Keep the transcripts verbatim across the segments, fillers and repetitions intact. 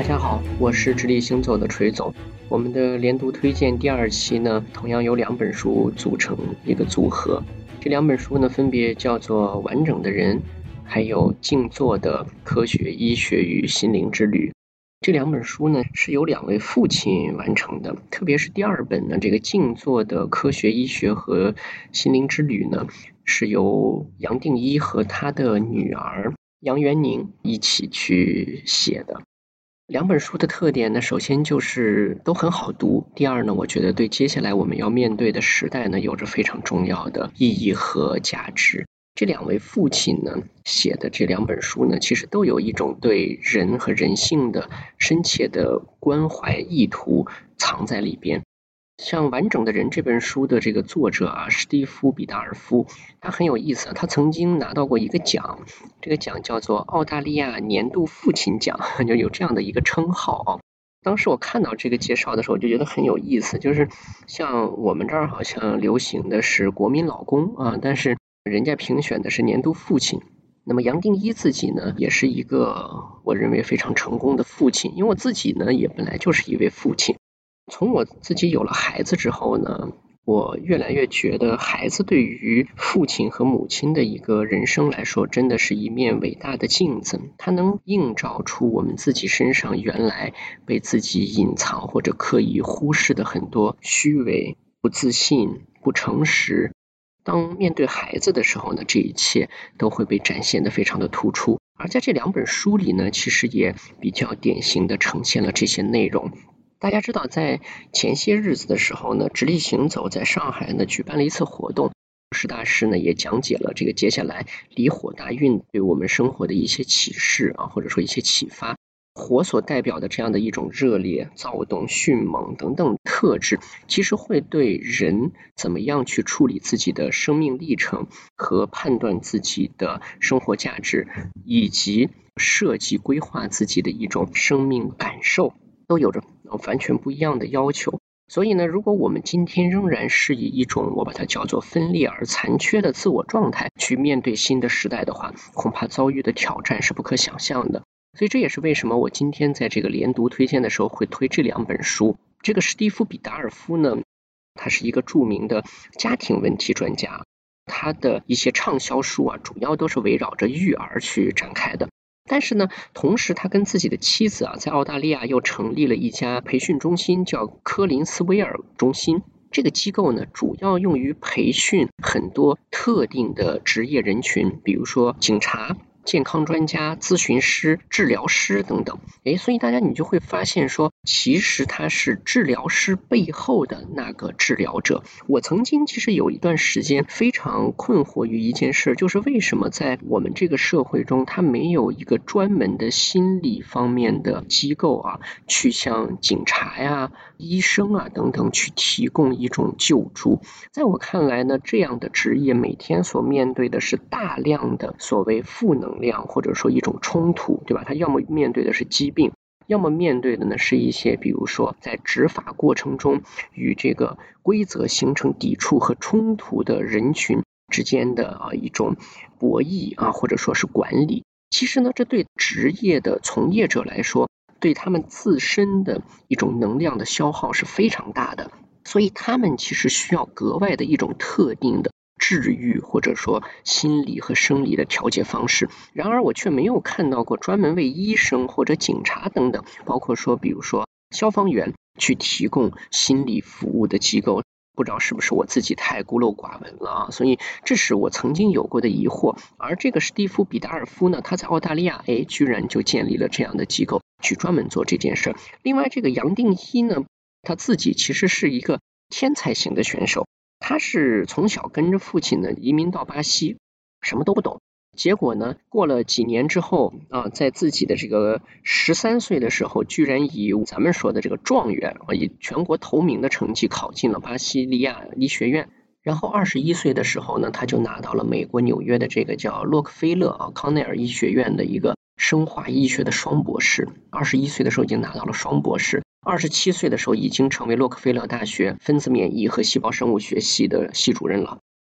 家好，我是直立行走的锤总。我们的连读推荐第二期呢，同样有两本书组成一个组合。这两本书呢，分别叫做《完整的人》，还有《静坐的科学医学与心灵之旅》。这两本书呢，是由两位父亲完成的，特别是第二本呢，这个《静坐的科学医学和心灵之旅》呢，是由杨定一和他的女儿杨元宁一起去写的。两本书的特点呢，首先就是都很好读，第二呢，我觉得对接下来我们要面对的时代呢，有着非常重要的意义和价值。这两位父亲呢写的这两本书呢，其实都有一种对人和人性的深切的关怀意图藏在里边。像《完整的人》这本书的这个作者啊，史蒂夫·比达尔夫，他很有意思，他曾经拿到过一个奖，这个奖叫做澳大利亚年度父亲奖，就有这样的一个称号啊。当时我看到这个介绍的时候，我就觉得很有意思，就是像我们这儿好像流行的是国民老公啊，但是人家评选的是年度父亲。那么杨定一自己呢，也是一个我认为非常成功的父亲，因为我自己呢也本来就是一位父亲。从我自己有了孩子之后呢，我越来越觉得孩子对于父亲和母亲的一个人生来说，真的是一面伟大的镜子，它能映照出我们自己身上原来被自己隐藏或者刻意忽视的很多虚伪、不自信、不诚实。当面对孩子的时候呢，这一切都会被展现得非常的突出。而在这两本书里呢，其实也比较典型地呈现了这些内容。大家知道，在前些日子的时候呢，直立行走在上海呢举办了一次活动，石大师呢也讲解了这个接下来离火大运对我们生活的一些启示啊，或者说一些启发。火所代表的这样的一种热烈、躁动、迅猛等等特质，其实会对人怎么样去处理自己的生命历程和判断自己的生活价值，以及设计规划自己的一种生命感受，都有着完全不一样的要求。所以呢，如果我们今天仍然是以一种我把它叫做分裂而残缺的自我状态去面对新的时代的话，恐怕遭遇的挑战是不可想象的。所以这也是为什么我今天在这个连读推荐的时候会推这两本书。这个史蒂夫·比达尔夫呢，他是一个著名的家庭问题专家，他的一些畅销书啊，主要都是围绕着育儿去展开的。但是呢，同时他跟自己的妻子啊，在澳大利亚又成立了一家培训中心，叫科林斯威尔中心。这个机构呢，主要用于培训很多特定的职业人群，比如说警察、健康专家、咨询师、治疗师等等。诶，所以大家你就会发现说，其实他是治疗师背后的那个治疗者。我曾经其实有一段时间非常困惑于一件事，就是为什么在我们这个社会中，他没有一个专门的心理方面的机构啊，去向警察呀、医生啊等等去提供一种救助。在我看来呢，这样的职业每天所面对的是大量的所谓负能量，或者说一种冲突，对吧？他要么面对的是疾病，要么面对的呢是一些比如说在执法过程中与这个规则形成抵触和冲突的人群之间的啊一种博弈啊，或者说是管理。其实呢，这对职业的从业者来说，对他们自身的一种能量的消耗是非常大的，所以他们其实需要格外的一种特定的治愈或者说心理和生理的调节方式。然而我却没有看到过专门为医生或者警察等等，包括说比如说消防员去提供心理服务的机构。不知道是不是我自己太孤陋寡闻了啊？所以这是我曾经有过的疑惑。而这个史蒂夫·比达尔夫呢，他在澳大利亚哎，居然就建立了这样的机构去专门做这件事。另外这个杨定一呢，他自己其实是一个天才型的选手，他是从小跟着父亲呢移民到巴西，什么都不懂。结果呢，过了几年之后啊，在自己的这个十三岁的时候，居然以咱们说的这个状元啊，以全国头名的成绩考进了巴西利亚医学院。然后二十一岁的时候呢，他就拿到了美国纽约的这个叫洛克菲勒啊康奈尔医学院的一个生化医学的双博士。二十一岁的时候已经拿到了双博士，二十七岁的时候已经成为洛克菲勒大学分子免疫和细胞生物学系的系主任了。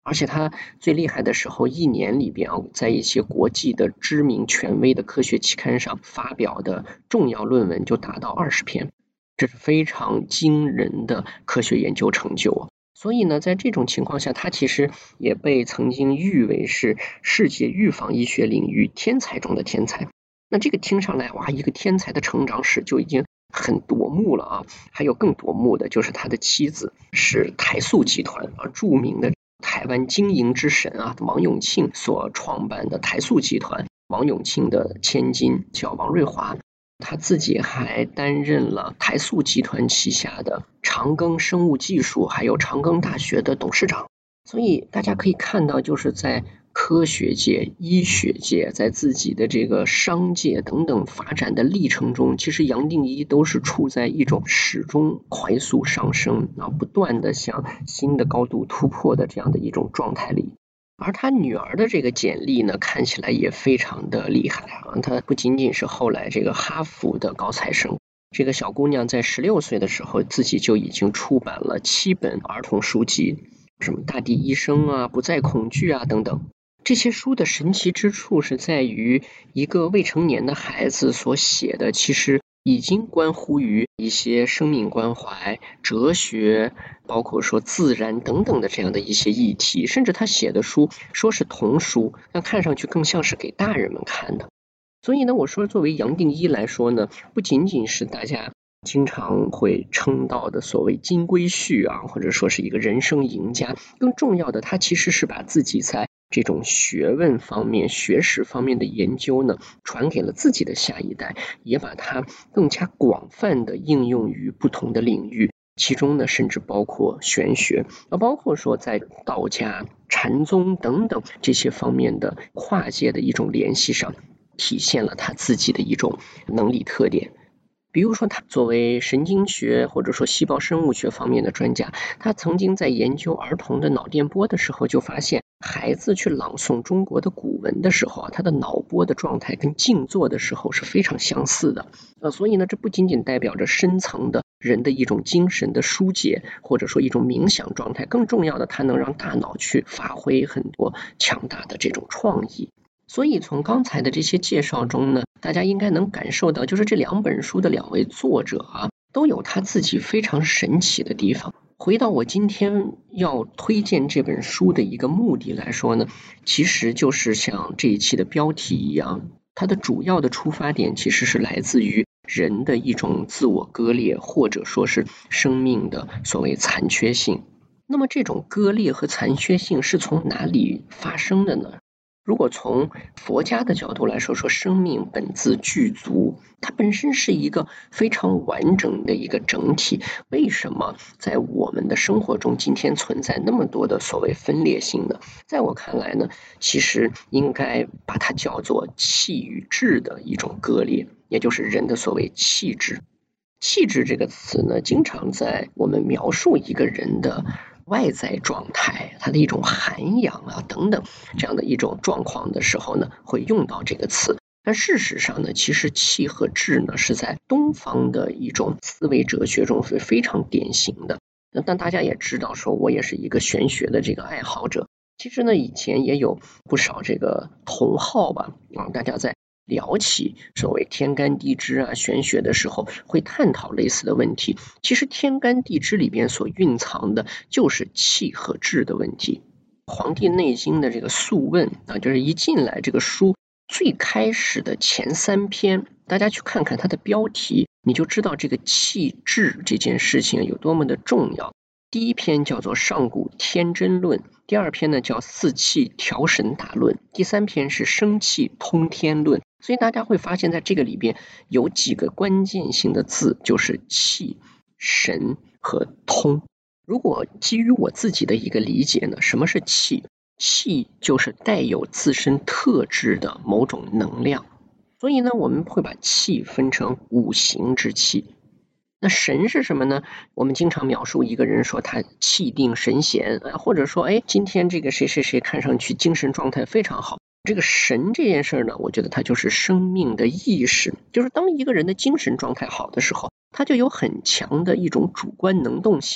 而且他最厉害的时候，一年里边啊，在一些国际的知名权威的科学期刊上发表的重要论文就达到二十篇，这是非常惊人的科学研究成就啊。所以呢，在这种情况下，他其实也被曾经誉为是世界预防医学领域天才中的天才。那这个听上来，哇，一个天才的成长史就已经很夺目了啊！还有更夺目的，就是他的妻子是台塑集团啊著名的台湾经营之神啊王永庆所创办的台塑集团，王永庆的千金叫王瑞华。他自己还担任了台塑集团旗下的长庚生物技术还有长庚大学的董事长。所以大家可以看到，就是在科学界、医学界，在自己的这个商界等等发展的历程中，其实杨定一都是处在一种始终快速上升啊，不断的向新的高度突破的这样的一种状态里。而他女儿的这个简历呢，看起来也非常的厉害啊！她不仅仅是后来这个哈佛的高材生，这个小姑娘在十六岁的时候，自己就已经出版了七本儿童书籍，什么大地医生啊、不再恐惧啊等等。这些书的神奇之处是在于，一个未成年的孩子所写的，其实已经关乎于一些生命关怀、哲学，包括说自然等等的这样的一些议题，甚至他写的书说是童书，但看上去更像是给大人们看的。所以呢，我说作为杨定一来说呢，不仅仅是大家经常会称道的所谓金龟婿啊，或者说是一个人生赢家，更重要的，他其实是把自己在这种学问方面、学识方面的研究呢，传给了自己的下一代，也把它更加广泛的应用于不同的领域，其中呢，甚至包括玄学，啊，包括说在道家、禅宗等等这些方面的跨界的一种联系上，体现了他自己的一种能力特点。比如说他作为神经学或者说细胞生物学方面的专家，他曾经在研究儿童的脑电波的时候就发现，孩子去朗诵中国的古文的时候啊，他的脑波的状态跟静坐的时候是非常相似的。呃，所以呢，这不仅仅代表着深层的人的一种精神的疏解，或者说一种冥想状态，更重要的，它能让大脑去发挥很多强大的这种创意。所以从刚才的这些介绍中呢，大家应该能感受到，就是这两本书的两位作者啊，都有他自己非常神奇的地方。回到我今天要推荐这本书的一个目的来说呢，其实就是像这一期的标题一样，它的主要的出发点其实是来自于人的一种自我割裂，或者说是生命的所谓残缺性。那么这种割裂和残缺性是从哪里发生的呢？如果从佛家的角度来说，说生命本自具足，它本身是一个非常完整的一个整体。为什么在我们的生活中今天存在那么多的所谓分裂性呢？在我看来呢，其实应该把它叫做气与质的一种割裂，也就是人的所谓气质。气质这个词呢，经常在我们描述一个人的外在状态，他的一种涵养啊等等这样的一种状况的时候呢，会用到这个词。但事实上呢，其实气和质呢是在东方的一种思维哲学中是非常典型的。但大家也知道，说我也是一个玄学的这个爱好者。其实呢，以前也有不少这个同好吧，啊，大家在聊起所谓天干地支啊、玄学的时候，会探讨类似的问题。其实天干地支里边所蕴藏的就是气和质的问题。《黄帝内经》的这个《素问》啊，就是一进来这个书最开始的前三篇，大家去看看它的标题，你就知道这个气质这件事情有多么的重要。第一篇叫做《上古天真论》，第二篇呢叫《四气调神大论》，第三篇是《生气通天论》。所以大家会发现在这个里边有几个关键性的字，就是气、神和通。如果基于我自己的一个理解呢，什么是气？气就是带有自身特质的某种能量。所以呢，我们会把气分成五行之气。那神是什么呢？我们经常描述一个人说他气定神闲，或者说哎，今天这个谁谁谁看上去精神状态非常好。这个神这件事呢，我觉得它就是生命的意识，就是当一个人的精神状态好的时候，他就有很强的一种主观能动性，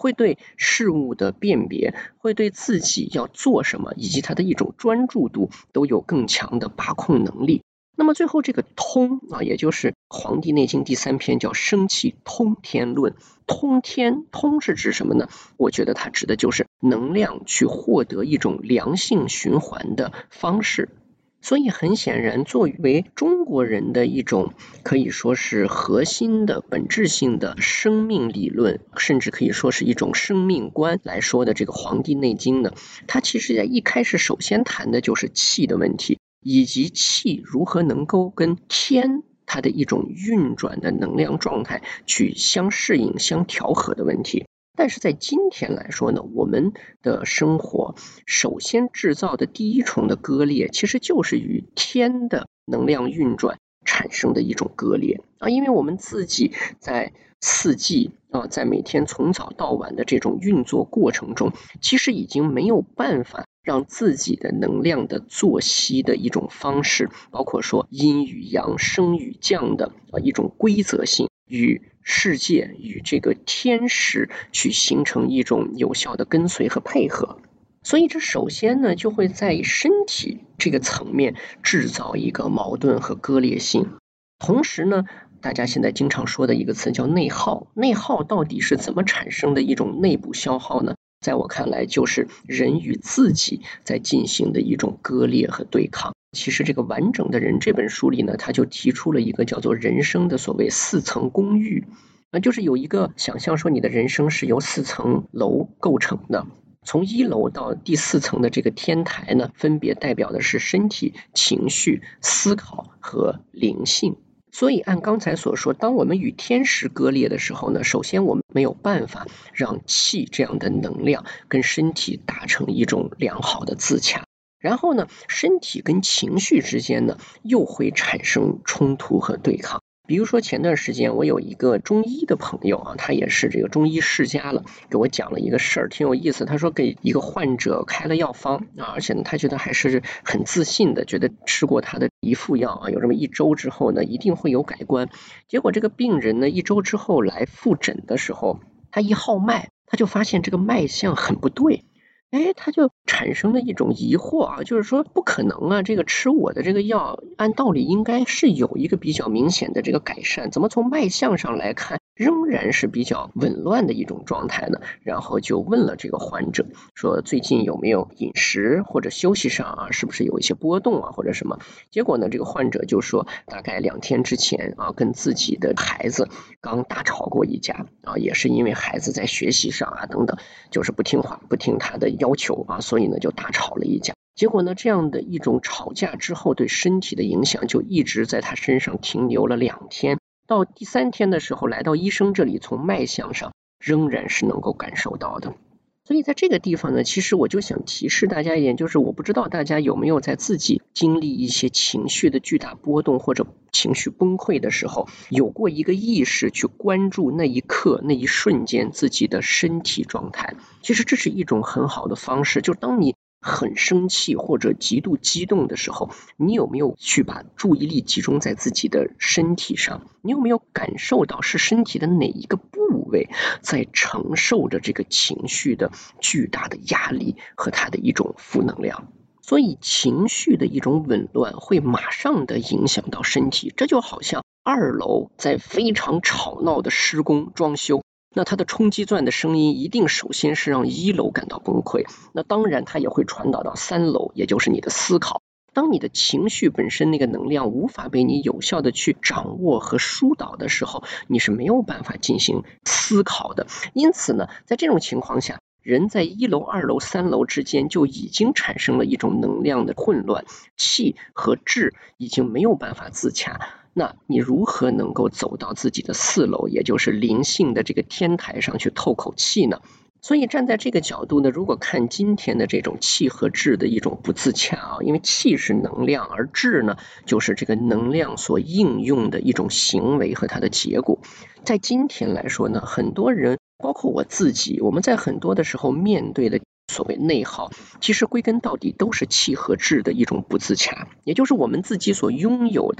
会对事物的辨别，会对自己要做什么以及他的一种专注度都有更强的把控能力。那么最后这个通啊，也就是《黄帝内经》第三篇叫生气通天论。通天，通是指什么呢？我觉得它指的就是能量去获得一种良性循环的方式。所以很显然，作为中国人的一种可以说是核心的本质性的生命理论，甚至可以说是一种生命观来说的这个《黄帝内经》呢，它其实在一开始首先谈的就是气的问题，以及气如何能够跟天它的一种运转的能量状态去相适应、相调和的问题。但是在今天来说呢，我们的生活首先制造的第一重的割裂，其实就是与天的能量运转产生的一种割裂啊，因为我们自己在四季啊，在每天从早到晚的这种运作过程中，其实已经没有办法让自己的能量的作息的一种方式，包括说阴与阳、升与降的啊一种规则性，与世界与这个天时去形成一种有效的跟随和配合。所以这首先呢，就会在身体这个层面制造一个矛盾和割裂性。同时呢，大家现在经常说的一个词叫内耗，内耗到底是怎么产生的一种内部消耗呢？在我看来，就是人与自己在进行的一种割裂和对抗。其实这个完整的人这本书里呢，他就提出了一个叫做人生的所谓四层公寓，那就是有一个想象说你的人生是由四层楼构成的，从一楼到第四层的这个天台呢，分别代表的是身体、情绪、思考和灵性。所以按刚才所说，当我们与天时割裂的时候呢，首先我们没有办法让气这样的能量跟身体达成一种良好的自洽，然后呢，身体跟情绪之间呢又会产生冲突和对抗。比如说前段时间我有一个中医的朋友啊，他也是这个中医世家了，给我讲了一个事儿，挺有意思。他说给一个患者开了药方啊，而且呢他觉得还是很自信的，觉得吃过他的一副药啊，有这么一周之后呢一定会有改观。结果这个病人呢一周之后来复诊的时候，他一号脉，他就发现这个脉象很不对。哎，他就产生了一种疑惑啊，就是说不可能啊，这个吃我的这个药，按道理应该是有一个比较明显的这个改善，怎么从脉象上来看仍然是比较紊乱的一种状态呢？然后就问了这个患者，说最近有没有饮食或者休息上啊，是不是有一些波动啊，或者什么？结果呢，这个患者就说，大概两天之前啊，跟自己的孩子刚大吵过一架啊，也是因为孩子在学习上啊等等，就是不听话，不听他的要求啊，所以呢就大吵了一架。结果呢，这样的一种吵架之后对身体的影响就一直在他身上停留了两天。到第三天的时候来到医生这里，从脉象上仍然是能够感受到的。所以在这个地方呢，其实我就想提示大家一点，就是我不知道大家有没有在自己经历一些情绪的巨大波动或者情绪崩溃的时候，有过一个意识去关注那一刻那一瞬间自己的身体状态。其实这是一种很好的方式，就是当你很生气或者极度激动的时候，你有没有去把注意力集中在自己的身体上？你有没有感受到是身体的哪一个部位在承受着这个情绪的巨大的压力和它的一种负能量？所以情绪的一种紊乱会马上的影响到身体，这就好像二楼在非常吵闹的施工装修，那它的冲击钻的声音一定首先是让一楼感到崩溃，那当然它也会传导到三楼，也就是你的思考。当你的情绪本身那个能量无法被你有效的去掌握和疏导的时候，你是没有办法进行思考的。因此呢，在这种情况下，人在一楼、二楼、三楼之间就已经产生了一种能量的混乱，气和志已经没有办法自洽。那你如何能够走到自己的四楼，也就是灵性的这个天台上去透口气呢？所以站在这个角度呢，如果看今天的这种气和志的一种不自洽啊，因为气是能量，而志呢就是这个能量所应用的一种行为和它的结果。在今天来说呢，很多人包括我自己，我们在很多的时候面对的所谓内耗，其实归根到底都是气和志的一种不自洽，也就是我们自己所拥有的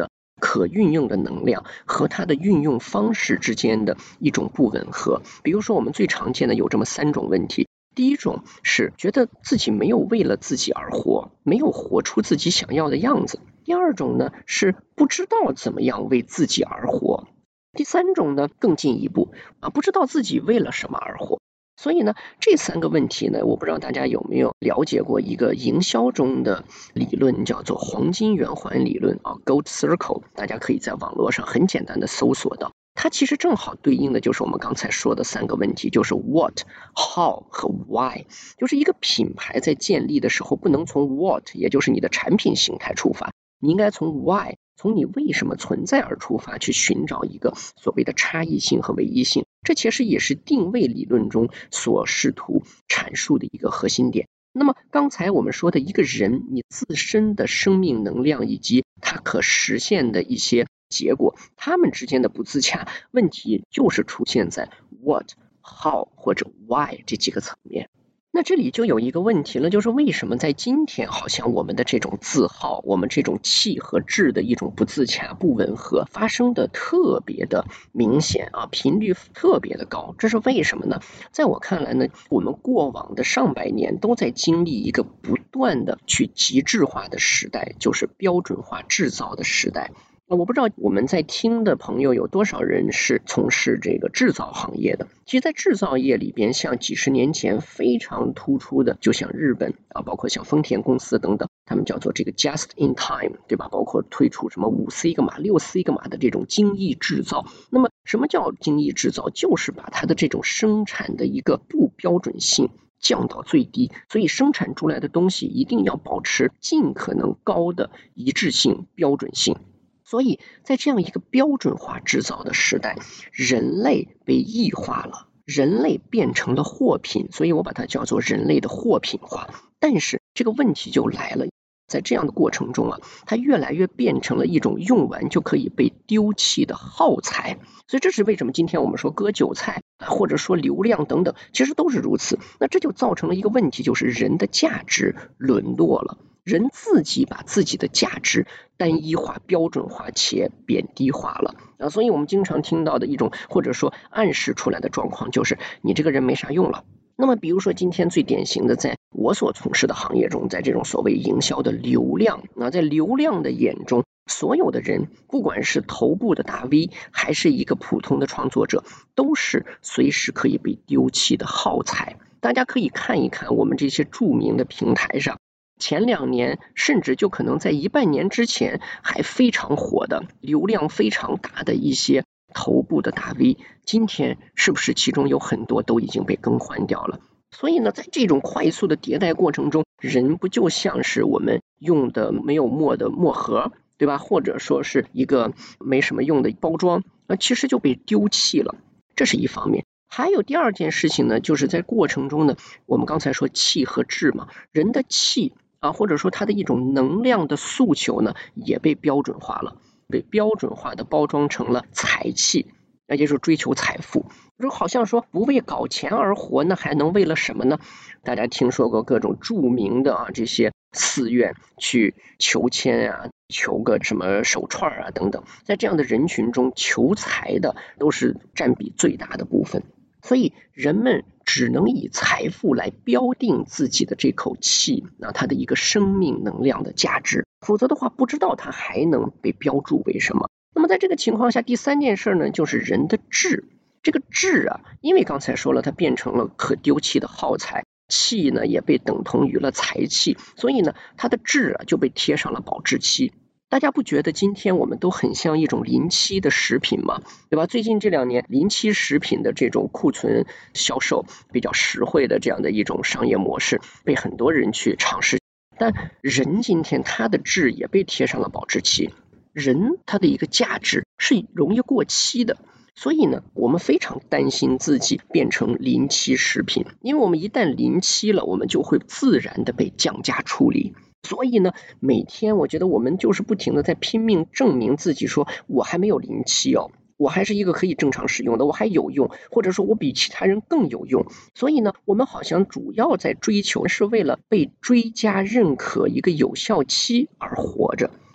可运用的能量和它的运用方式之间的一种不吻合。比如说我们最常见的有这么三种问题。第一种是觉得自己没有为了自己而活，没有活出自己想要的样子。第二种呢是不知道怎么样为自己而活。第三种呢更进一步啊，不知道自己为了什么而活。所以呢这三个问题呢，我不知道大家有没有了解过一个营销中的理论，叫做黄金圆环理论啊 Gold Circle， 大家可以在网络上很简单的搜索到。它其实正好对应的就是我们刚才说的三个问题，就是 what、how 和 why。 就是一个品牌在建立的时候不能从 what 也就是你的产品形态出发，你应该从 why， 从你为什么存在而出发，去寻找一个所谓的差异性和唯一性。这其实也是定位理论中所试图阐述的一个核心点。那么刚才我们说的一个人，你自身的生命能量以及它可实现的一些结果，他们之间的不自洽，问题就是出现在 what、how 或者 why 这几个层面。那这里就有一个问题了，就是为什么在今天好像我们的这种自耗，我们这种气和质的一种不自洽不吻合发生的特别的明显啊，频率特别的高。这是为什么呢？在我看来呢，我们过往的上百年都在经历一个不断的去极致化的时代，就是标准化制造的时代。我不知道我们在听的朋友有多少人是从事这个制造行业的。其实在制造业里边，像几十年前非常突出的，就像日本啊，包括像丰田公司等等，他们叫做这个 just in time， 对吧？包括推出什么五 C 个码、六 C 个码的这种精益制造。那么什么叫精益制造？就是把它的这种生产的一个不标准性降到最低，所以生产出来的东西一定要保持尽可能高的一致性、标准性。所以在这样一个标准化制造的时代，人类被异化了，人类变成了货品，所以我把它叫做人类的货品化。但是这个问题就来了，在这样的过程中啊，它越来越变成了一种用完就可以被丢弃的耗材。所以这是为什么今天我们说割韭菜或者说流量等等，其实都是如此。那这就造成了一个问题，就是人的价值沦落了，人自己把自己的价值单一化、标准化且贬低化了啊！所以我们经常听到的一种或者说暗示出来的状况，就是你这个人没啥用了。那么比如说今天最典型的，在我所从事的行业中，在这种所谓营销的流量，那在流量的眼中，所有的人不管是头部的大 V 还是一个普通的创作者，都是随时可以被丢弃的耗材。大家可以看一看我们这些著名的平台上，前两年甚至就可能在一半年之前还非常火的流量非常大的一些头部的大 V， 今天是不是其中有很多都已经被更换掉了？所以呢，在这种快速的迭代过程中，人不就像是我们用的没有墨的墨盒，对吧？或者说是一个没什么用的包装，其实就被丢弃了。这是一方面。还有第二件事情呢，就是在过程中呢，我们刚才说气和质嘛，人的气啊，或者说它的一种能量的诉求呢，也被标准化了，被标准化的包装成了财气，那就是追求财富。就好像说不为搞钱而活，那还能为了什么呢？大家听说过各种著名的啊这些寺院去求签啊，求个什么手串啊等等，在这样的人群中，求财的都是占比最大的部分。所以人们只能以财富来标定自己的这口气，那它的一个生命能量的价值，否则的话不知道它还能被标注为什么。那么在这个情况下，第三件事呢，就是人的质。这个质啊，因为刚才说了，它变成了可丢弃的耗材，气呢也被等同于了财气，所以呢它的质啊就被贴上了保质期。大家不觉得今天我们都很像一种临期的食品吗？对吧？最近这两年临期食品的这种库存销售比较实惠的这样的一种商业模式被很多人去尝试，但人今天他的质也被贴上了保质期，人他的一个价值是容易过期的。所以呢，我们非常担心自己变成临期食品，因为我们一旦临期了，我们就会自然的被降价处理。所以呢，每天我觉得我们就是不停的在拼命证明自己，说我还没有临期哦，我还是一个可以正常使用的，我还有用，或者说我比其他人更有用。所以呢，我们好像主要在追求是为了被追加认可一个有效期而活着。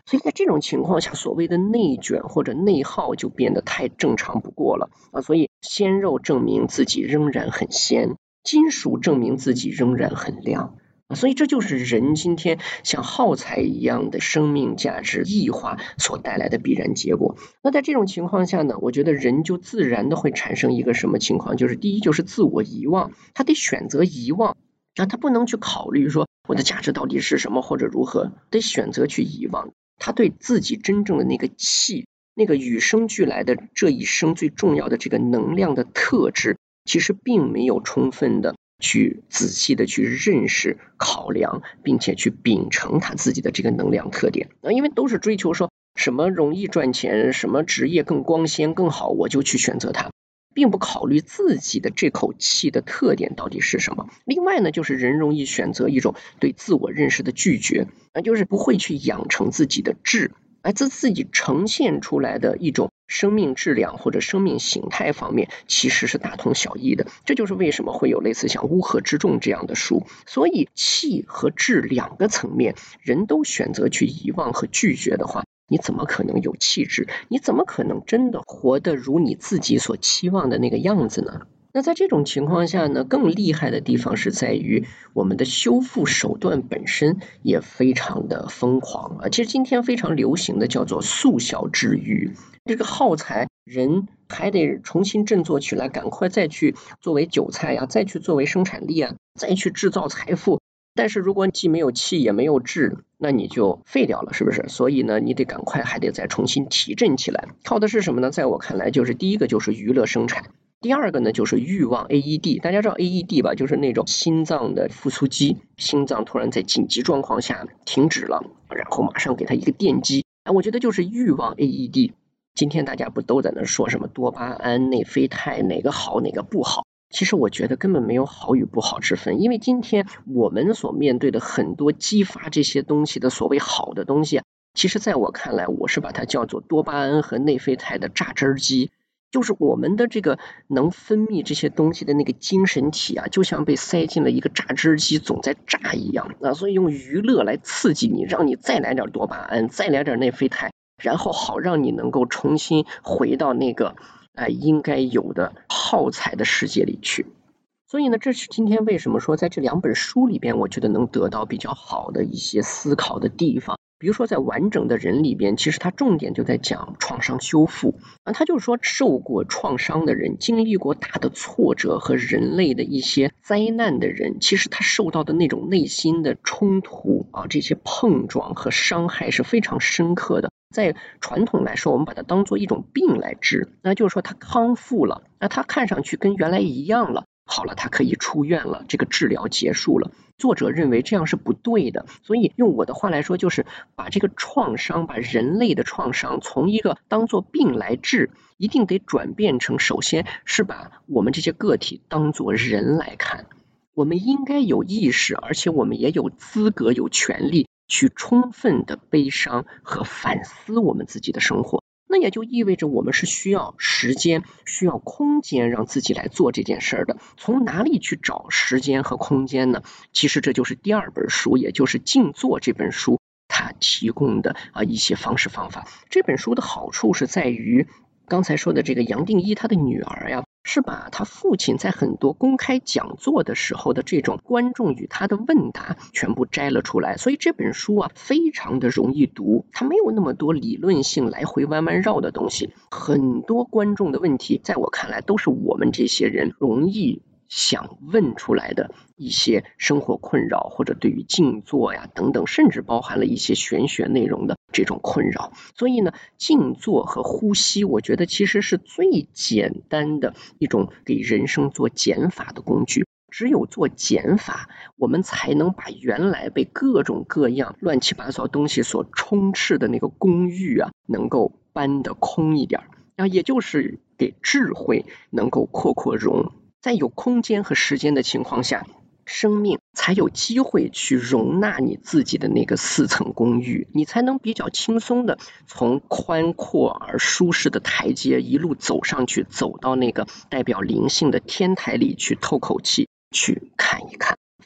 所以在这种情况下，所谓的内卷或者内耗就变得太正常不过了啊！所以鲜肉证明自己仍然很鲜，金属证明自己仍然很亮啊！所以这就是人今天像耗材一样的生命价值异化所带来的必然结果。那在这种情况下呢，我觉得人就自然的会产生一个什么情况，就是第一就是自我遗忘，他得选择遗忘啊，他不能去考虑说我的价值到底是什么或者如何，得选择去遗忘。他对自己真正的那个气，那个与生俱来的这一生最重要的这个能量的特质，其实并没有充分的去仔细的去认识、考量，并且去秉承他自己的这个能量特点啊，因为都是追求说什么容易赚钱，什么职业更光鲜更好，我就去选择它，并不考虑自己的这口气的特点到底是什么。另外呢，就是人容易选择一种对自我认识的拒绝，那就是不会去养成自己的智，而自自己呈现出来的一种生命质量或者生命形态方面其实是大同小异的。这就是为什么会有类似像《乌合之众》这样的书。所以气和智两个层面，人都选择去遗忘和拒绝的话，你怎么可能有气质？你怎么可能真的活得如你自己所期望的那个样子呢？那在这种情况下呢，更厉害的地方是在于我们的修复手段本身也非常的疯狂啊！其实今天非常流行的叫做速效治愈，这个耗材人还得重新振作起来，赶快再去作为韭菜啊，再去作为生产力啊，再去制造财富。但是如果既没有气也没有智，那你就废掉了，是不是？所以呢，你得赶快还得再重新提振起来。靠的是什么呢？在我看来，就是第一个就是娱乐生产，第二个呢就是欲望 A E D。 大家知道 A E D 吧？就是那种心脏的复苏机，心脏突然在紧急状况下停止了，然后马上给它一个电击，我觉得就是欲望 A E D。 今天大家不都在那说什么多巴胺、内啡肽哪个好哪个不好？其实我觉得根本没有好与不好之分，因为今天我们所面对的很多激发这些东西的所谓好的东西，其实在我看来，我是把它叫做多巴胺和内啡肽的榨汁机。就是我们的这个能分泌这些东西的那个精神体啊，就像被塞进了一个榨汁机，总在榨一样啊。所以用娱乐来刺激你，让你再来点多巴胺，再来点内啡肽，然后好让你能够重新回到那个呃，应该有的耗材的世界里去。所以呢，这是今天为什么说在这两本书里边，我觉得能得到比较好的一些思考的地方。比如说在完整的人里边，其实它重点就在讲创伤修复啊，他就是说受过创伤的人，经历过大的挫折和人类的一些灾难的人，其实他受到的那种内心的冲突啊，这些碰撞和伤害是非常深刻的。在传统来说，我们把它当做一种病来治，那就是说他康复了，那他看上去跟原来一样了，好了，他可以出院了，这个治疗结束了。作者认为这样是不对的，所以用我的话来说，就是把这个创伤，把人类的创伤从一个当作病来治，一定得转变成，首先是把我们这些个体当作人来看。我们应该有意识，而且我们也有资格、有权利去充分的悲伤和反思我们自己的生活。那也就意味着我们是需要时间、需要空间让自己来做这件事的。从哪里去找时间和空间呢？其实这就是第二本书，也就是静坐这本书它提供的啊一些方式方法。这本书的好处是在于，刚才说的这个杨定一他的女儿呀，是把他父亲在很多公开讲座的时候的这种观众与他的问答全部摘了出来，所以这本书啊非常的容易读，它没有那么多理论性来回弯弯绕的东西，很多观众的问题在我看来都是我们这些人容易想问出来的一些生活困扰，或者对于静坐呀等等，甚至包含了一些玄学内容的这种困扰。所以呢，静坐和呼吸，我觉得其实是最简单的一种给人生做减法的工具。只有做减法，我们才能把原来被各种各样乱七八糟东西所充斥的那个公寓啊，能够搬得空一点啊，也就是给智慧能够扩扩容。在有空间和时间的情况下，生命才有机会去容纳你自己的那个四层公寓，你才能比较轻松的从宽阔而舒适的台阶一路走上去，走到那个代表灵性的天台里去透口气，去看一看。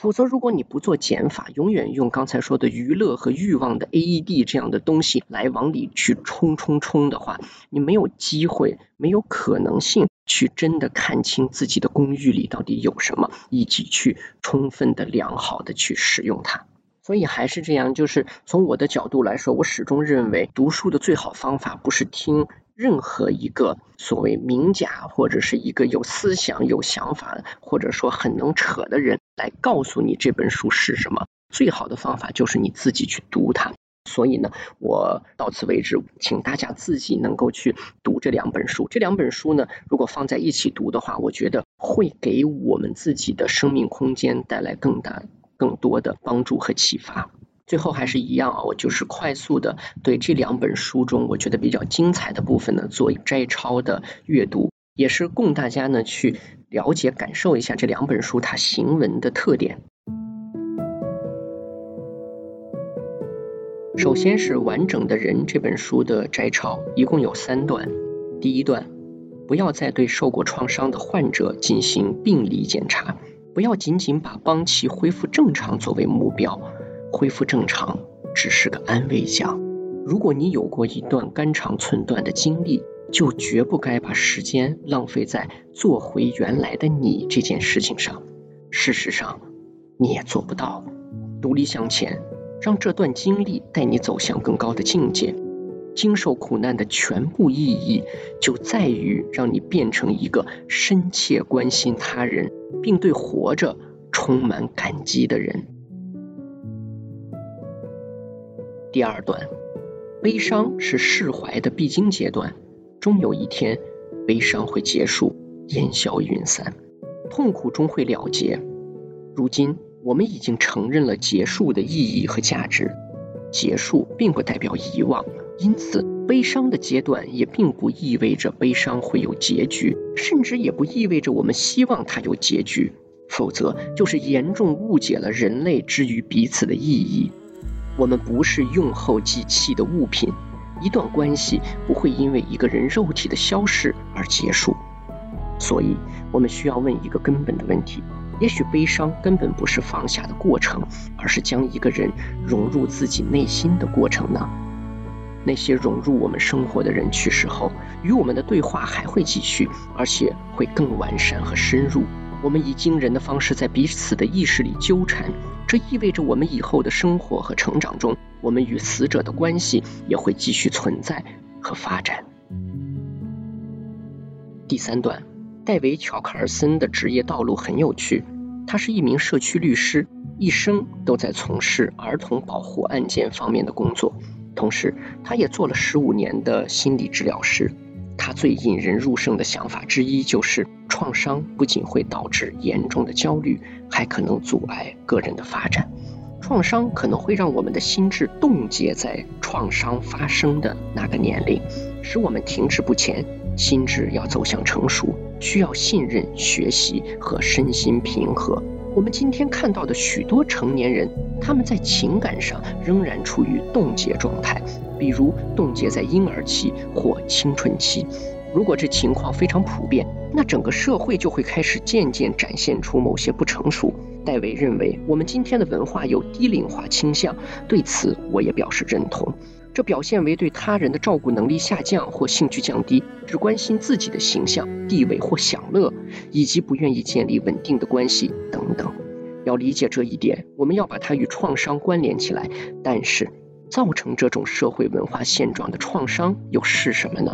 否则如果你不做减法，永远用刚才说的娱乐和欲望的 A E D 这样的东西来往里去冲冲冲的话，你没有机会，没有可能性去真的看清自己的公寓里到底有什么，以及去充分的良好的去使用它。所以还是这样，就是从我的角度来说，我始终认为读书的最好方法不是听任何一个所谓名家或者是一个有思想有想法或者说很能扯的人来告诉你这本书是什么，最好的方法就是你自己去读它。所以呢，我到此为止，请大家自己能够去读这两本书。这两本书呢，如果放在一起读的话，我觉得会给我们自己的生命空间带来更大更多的帮助和启发。最后还是一样啊，我就是快速的对这两本书中我觉得比较精彩的部分呢做摘抄的阅读，也是供大家呢去了解感受一下这两本书它行文的特点。首先是完整的人这本书的摘抄，一共有三段。第一段，不要再对受过创伤的患者进行病理检查，不要仅仅把帮其恢复正常作为目标，恢复正常只是个安慰奖。如果你有过一段肝肠寸断的经历，就绝不该把时间浪费在做回原来的你这件事情上。事实上，你也做不到。独立向前，让这段经历带你走向更高的境界。经受苦难的全部意义就在于让你变成一个深切关心他人并对活着充满感激的人。第二段，悲伤是释怀的必经阶段，终有一天悲伤会结束，烟消云散，痛苦终会了结。如今我们已经承认了结束的意义和价值，结束并不代表遗忘，因此悲伤的阶段也并不意味着悲伤会有结局，甚至也不意味着我们希望它有结局，否则就是严重误解了人类之于彼此的意义。我们不是用后即弃的物品，一段关系不会因为一个人肉体的消逝而结束。所以我们需要问一个根本的问题，也许悲伤根本不是放下的过程，而是将一个人融入自己内心的过程呢？那些融入我们生活的人去世后，与我们的对话还会继续，而且会更完善和深入。我们以惊人的方式在彼此的意识里纠缠，这意味着我们以后的生活和成长中，我们与死者的关系也会继续存在和发展。第三段，戴维·乔克尔森的职业道路很有趣，他是一名社区律师，一生都在从事儿童保护案件方面的工作，同时他也做了十五年的心理治疗师。他最引人入胜的想法之一就是，创伤不仅会导致严重的焦虑，还可能阻碍个人的发展。创伤可能会让我们的心智冻结在创伤发生的那个年龄，使我们停滞不前。心智要走向成熟，需要信任、学习和身心平和。我们今天看到的许多成年人，他们在情感上仍然处于冻结状态，比如冻结在婴儿期或青春期。如果这情况非常普遍，那整个社会就会开始渐渐展现出某些不成熟。戴维认为，我们今天的文化有低龄化倾向，对此我也表示认同。这表现为对他人的照顾能力下降或兴趣降低，只关心自己的形象、地位或享乐，以及不愿意建立稳定的关系等等。要理解这一点，我们要把它与创伤关联起来。但是，造成这种社会文化现状的创伤又是什么呢？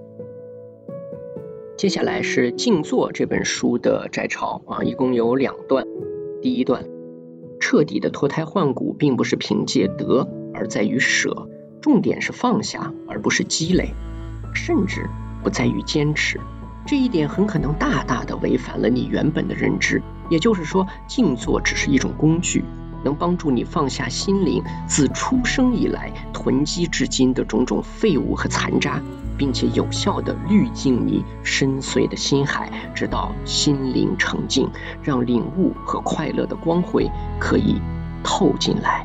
接下来是《静坐》这本书的摘抄啊，一共有两段。第一段，彻底的脱胎换骨并不是凭借得，而在于舍。重点是放下，而不是积累，甚至不在于坚持。这一点很可能大大的违反了你原本的认知。也就是说，静坐只是一种工具，能帮助你放下心灵自出生以来囤积至今的种种废物和残渣，并且有效地滤净你深邃的心海，直到心灵澄净，让领悟和快乐的光辉可以透进来。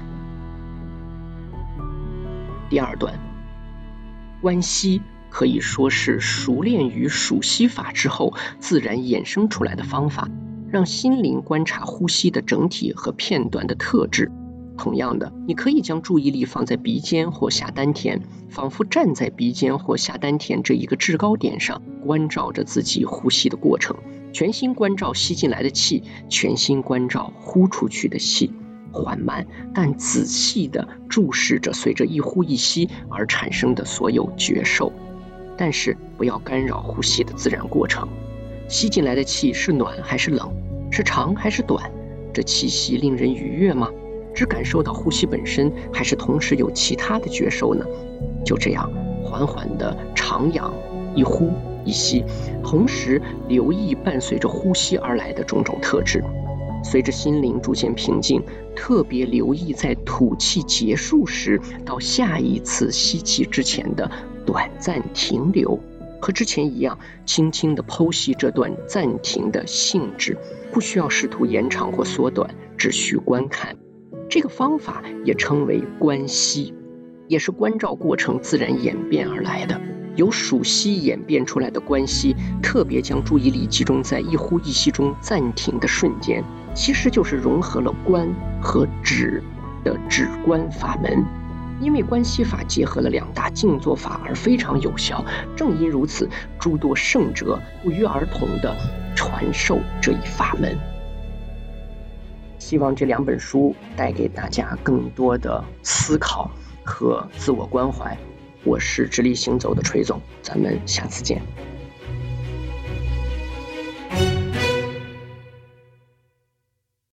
第二段，关系可以说是熟练于数息法之后自然衍生出来的方法， 让心灵观察呼吸的整体和片段的特质。同样的，你可以将注意力放在鼻尖或下丹田，仿佛站在鼻尖或下丹田这一个制高点上，关照着自己呼吸的过程，全心关照吸进来的气，全心关照呼出去的气，缓慢但仔细地注视着随着一呼一吸而产生的所有觉受，但是不要干扰呼吸的自然过程。吸进来的气是暖还是冷？是长还是短？这气息令人愉悦吗？只感受到呼吸本身，还是同时有其他的觉受呢？就这样缓缓地长养，一呼一吸，同时留意伴随着呼吸而来的种种特质。随着心灵逐渐平静，特别留意在吐气结束时到下一次吸气之前的短暂停留，和之前一样，轻轻地剖析这段暂停的性质，不需要试图延长或缩短，只需观看。这个方法也称为观息，也是关照过程自然演变而来的。由数息演变出来的观息，特别将注意力集中在一呼一吸中暂停的瞬间，其实就是融合了观和止的止观法门。因为观息法结合了两大静坐法而非常有效，正因如此，诸多圣者不约而同地传授这一法门。希望这两本书带给大家更多的思考和自我关怀。我是直立行走的锤总，咱们下次见。